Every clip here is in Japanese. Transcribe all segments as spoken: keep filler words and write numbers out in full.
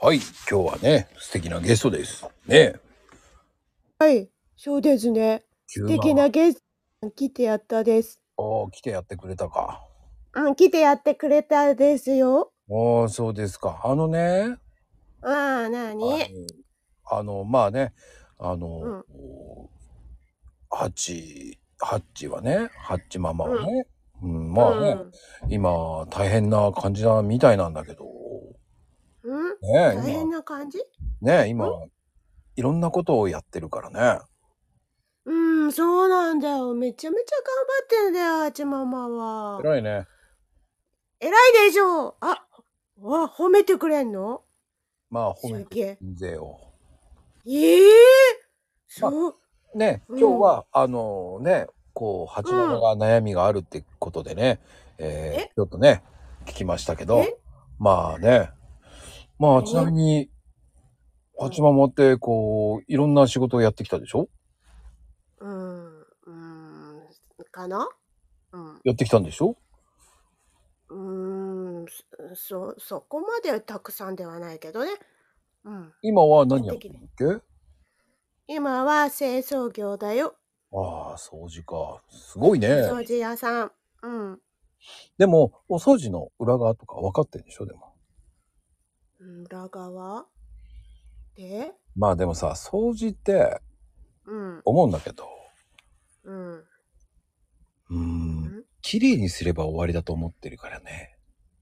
はい、今日はね、素敵なゲストです。ね。 はい、そうですね。素敵なゲスト来てやったです。 ああ、来てやってくれたか。 うん、来てやってくれたですよ。 ああ、そうですか。あのね、 ああ、なあの、 に？ あの、まあね、あの、 うん、 ハッチ、ハッチはね、ハッチママうん、 はね、うん、まあね、 うん、 今、大変な感じなみたいなんだけど、 うん？ ね、 大変今、 な感じ？ ね、 うん？ 今、いろんなことをやってるからね。 うーん、そうなんだよ。めちゃめちゃ頑張ってんだよ、あちママは。 偉いね。 偉いでしょ。あ、わ、褒めてくれんの？ まあ、褒めてすげえ。 んぜよ。 ええ！ まあ、 そう、 ね、 うん、 今日は、あのね、こう、八ママうん。 が悩みがあるってことでね、えー、 え？ ちょっとね、聞きましたけど、 え？ まあね、まあ、ちなみなに？ に、 うん。 八ママって、こう、いろんな仕事をやってきたでしょ？ うーん、うーん、かな？うん。 やってきたんでしょ？ うーん、そそそこまでたくさんではないけどね。うん。 今は何やってやってきて。 るんだっけ？ 今は清掃業だよ。 ああ、掃除か。すごいね。 お掃除屋さん。うん。 でも、お掃除の裏側とか分かってるんでしょ？でも。 裏側で、 まあでもさ、掃除ってうん、 思うんだけど、 うん、 うーん、 うん。 綺麗にすれば終わりだと思ってるからね。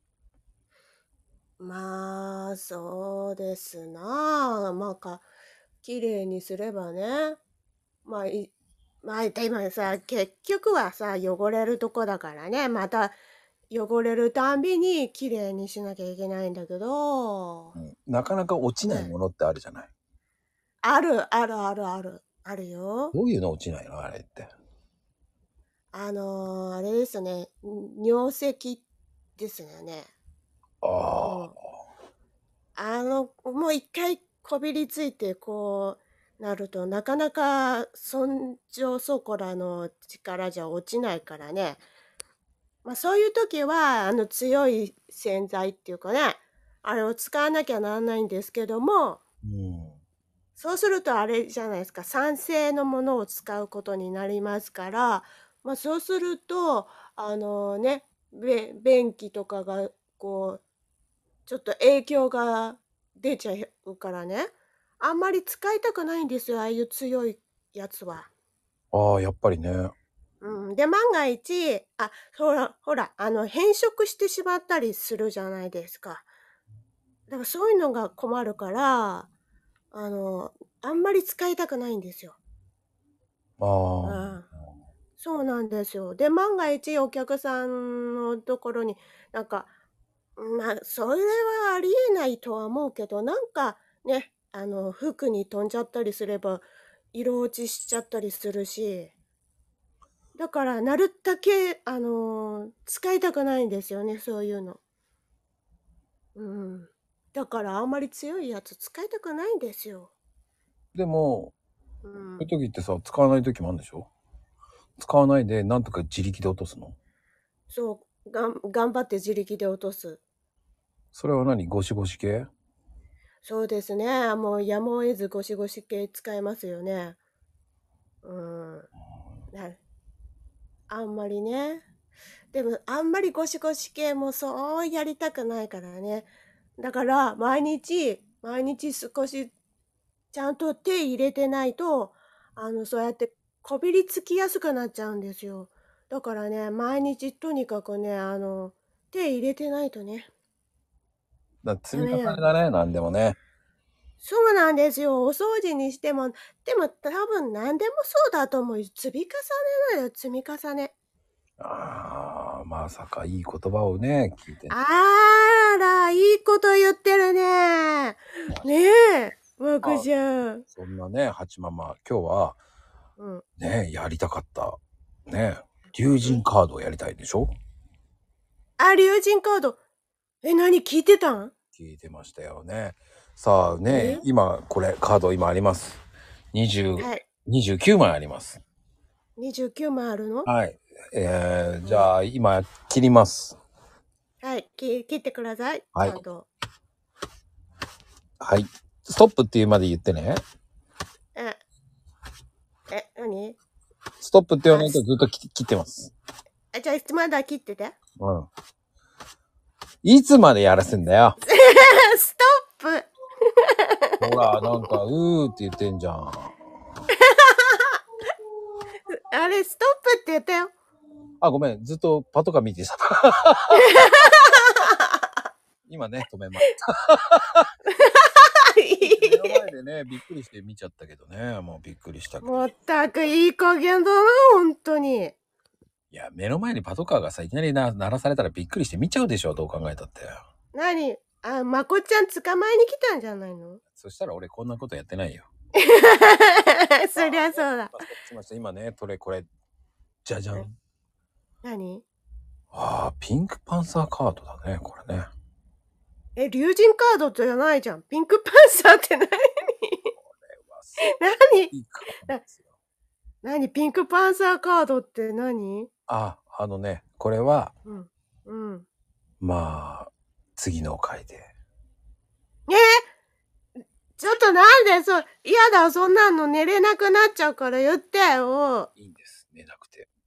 まあ、そうですな。まあか、綺麗にすればね。まあ、い、まあ、でもさ、結局はさ、汚れるとこだからね。また、汚れるたんびに綺麗にしなきゃいけないんだけど、 うん、なかなか落ちないね。 ものってあるじゃない。 ある、あるあるある。あるよ。 どういうの落ちないのあれって。 あのー、あれですね。ん尿石ですよね。うあん。あの、もう一回こびりついてこうなると、なかなかそんじょそこらの力じゃ落ちないからね。ま、そういう時は、あの、強い洗剤っていうかね、あれを使わなきゃなんないんですけども、 うん。 そうするとあれじゃないですか、酸性のものを使うことになりますから、まあ、そうすると、あのね、べ便器とかがこう、ちょっと影響が出ちゃうからね、あんまり使いたくないんですよ、ああいう強いやつは。 ああ、やっぱりね。 うん、で、万が一、あ、ほらほら、あの、変色してしまったりするじゃないですか。だからそういうのが困るから、あの、あんまり使いたくないんですよ。 ああ、 うん。そうなんですよ。で、万が一お客さんのところに、なんか、まあ、それはありえないとは思うけど、なんかね、あの、服に飛んじゃったりすれば、色落ちしちゃったりするし、だからなるだけ、あの、使いたくないんですよね、そういうの。うん。だからあんまり強いやつ使いたくないんですよ。 でも、そういううん。 時ってさ、使わない時もあるんでしょ？使わないで、なんとか自力で落とすの？ そう、がん頑張って自力で落とす。 それは何ゴシゴシ系？ そうですね。もうやむを得ずゴシゴシ系使えますよね。うん。なあんまりね。でも、あんまりゴシゴシ系もそうやりたくないからね。だから、毎日毎日少しちゃんと手入れてないと、あの、そうやってこびりつきやすくなっちゃうんですよ。だからね、毎日とにかくね、あの、手入れてないとね、 だ積みダメなんです。 重ねだね、なんでもね。 そうなんですよ。お掃除にしても、でも多分何でもそうだと思うよ。積み重ねだよ、積み重ね。 ああ、まさかいい言葉をね、聞いてね。 あら、いいこと言ってるね。ねえ、わくまあ、 ちゃん。 そんなね、ハチママ、今日は、 うん。 ね、やりたかった。ね、竜神え、 カードをやりたいでしょ？ あ、竜神カード。え、何聞いてたん？ 聞いてましたよね。さあね、 え、 今、これ、カード今あります。にじゅう、 はい。 にじゅうきゅうまいあります。 にじゅうきゅうまいあるの？ はい。えー、 うん。 じゃあ、今、切ります。 はい、き切ってください、ちはい。 ゃんと。 はい。ストップっていうまで言ってね。 え、え、何ストップって言わあ、 ないとずっと切切ってます。 あ、じゃあ、まだ切ってて。 うん。いつまでやらせんだよ。 ストップほら、なんか、うーって言ってんじゃん。 あれ、ストップって言ったよ。 あ、ごめん。ずっとパトカー見てた。今ね、止めました。目の前でね、びっくりして見ちゃったけどね。もうびっくりしたけど。 もったくいい加減だな、本当に。 いや、目の前にパトカーがさ、いきなりな鳴らされたらびっくりして見ちゃうでしょ。どう考えたって。 何あ、まこちゃん捕まえに来たんじゃないの？ そしたら俺こんなことやってないよ。 そりゃそうだ。 しました。今ね、これ、これ、じゃじゃん。 何？ ああ、ピンクパンサーカードだね、これね。 え、竜神カードじゃないじゃん。ピンクパンサーって何？何？ いいカードですよ。 何？ピンクパンサーカードって何？ あ、あのね、これは、 うん。うん。 まあ、次の回で。 えー、ちょっとなんでそう、嫌だ、そんなの寝れなくなっちゃうから言ってよ。 いいんです、寝なくて。